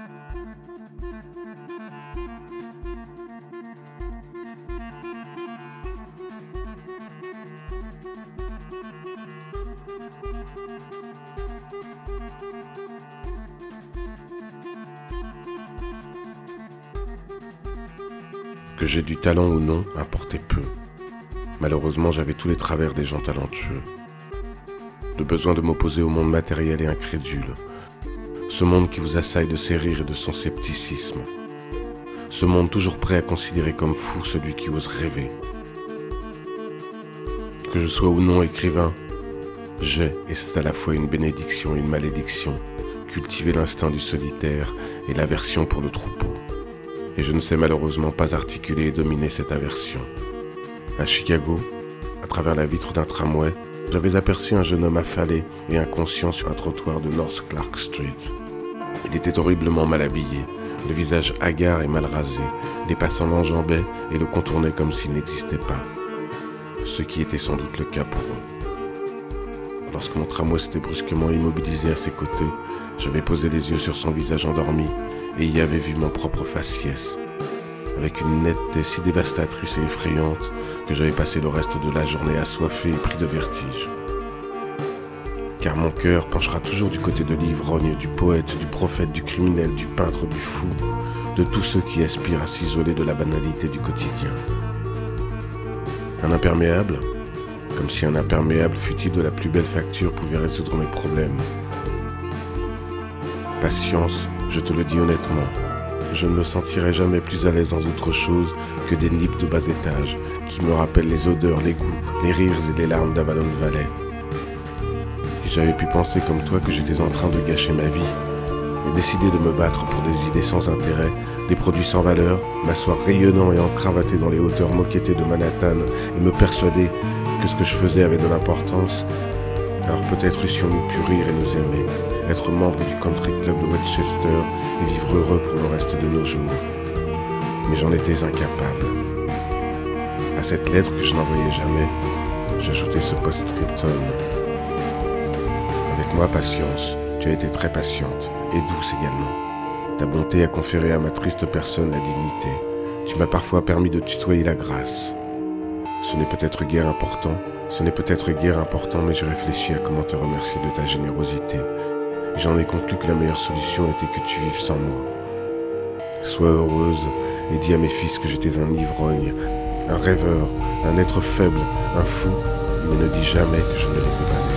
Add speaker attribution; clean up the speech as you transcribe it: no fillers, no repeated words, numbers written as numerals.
Speaker 1: Que j'ai du talent ou non importait peu. Malheureusement, j'avais tous les travers des gens talentueux. Le besoin de m'opposer au monde matériel et incrédule. Ce monde qui vous assaille de ses rires et de son scepticisme. Ce monde toujours prêt à considérer comme fou celui qui ose rêver. Que je sois ou non écrivain, j'ai, et c'est à la fois une bénédiction et une malédiction, cultivé l'instinct du solitaire et l'aversion pour le troupeau. Et je ne sais malheureusement pas articuler et dominer cette aversion. À Chicago, à travers la vitre d'un tramway, j'avais aperçu un jeune homme affalé et inconscient sur un trottoir de North Clark Street. Il était horriblement mal habillé, le visage hagard et mal rasé. Les passants l'enjambaient et le contournaient comme s'il n'existait pas. Ce qui était sans doute le cas pour eux. Lorsque mon tramway s'était brusquement immobilisé à ses côtés, j'avais posé les yeux sur son visage endormi et y avait vu mon propre faciès, avec une netteté si dévastatrice et effrayante que j'avais passé le reste de la journée assoiffé et pris de vertige. Car mon cœur penchera toujours du côté de l'ivrogne, du poète, du prophète, du criminel, du peintre, du fou, de tous ceux qui aspirent à s'isoler de la banalité du quotidien. Un imperméable, comme si un imperméable fut-il de la plus belle facture pouvait résoudre mes problèmes. Patience, je te le dis honnêtement, je ne me sentirai jamais plus à l'aise dans autre chose que des nippes de bas étage qui me rappellent les odeurs, les goûts, les rires et les larmes d'Avalon Valley. Si j'avais pu penser comme toi que j'étais en train de gâcher ma vie et décider de me battre pour des idées sans intérêt, des produits sans valeur, m'asseoir rayonnant et encravaté dans les hauteurs moquettées de Manhattan et me persuader que ce que je faisais avait de l'importance, alors peut-être eussions-nous pu rire et nous aimer, être membre du country club de Westchester et vivre heureux pour le reste de nos jours. Mais j'en étais incapable. À cette lettre que je n'envoyais jamais, j'ajoutais ce post-scriptum. Avec moi, patience, tu as été très patiente, et douce également. Ta bonté a conféré à ma triste personne la dignité. Tu m'as parfois permis de tutoyer la grâce. Ce n'est peut-être guère important, mais j'ai réfléchi à comment te remercier de ta générosité. Et j'en ai conclu que la meilleure solution était que tu vives sans moi. Sois heureuse et dis à mes fils que j'étais un ivrogne, un rêveur, un être faible, un fou, mais ne dis jamais que je ne les ai pas vus.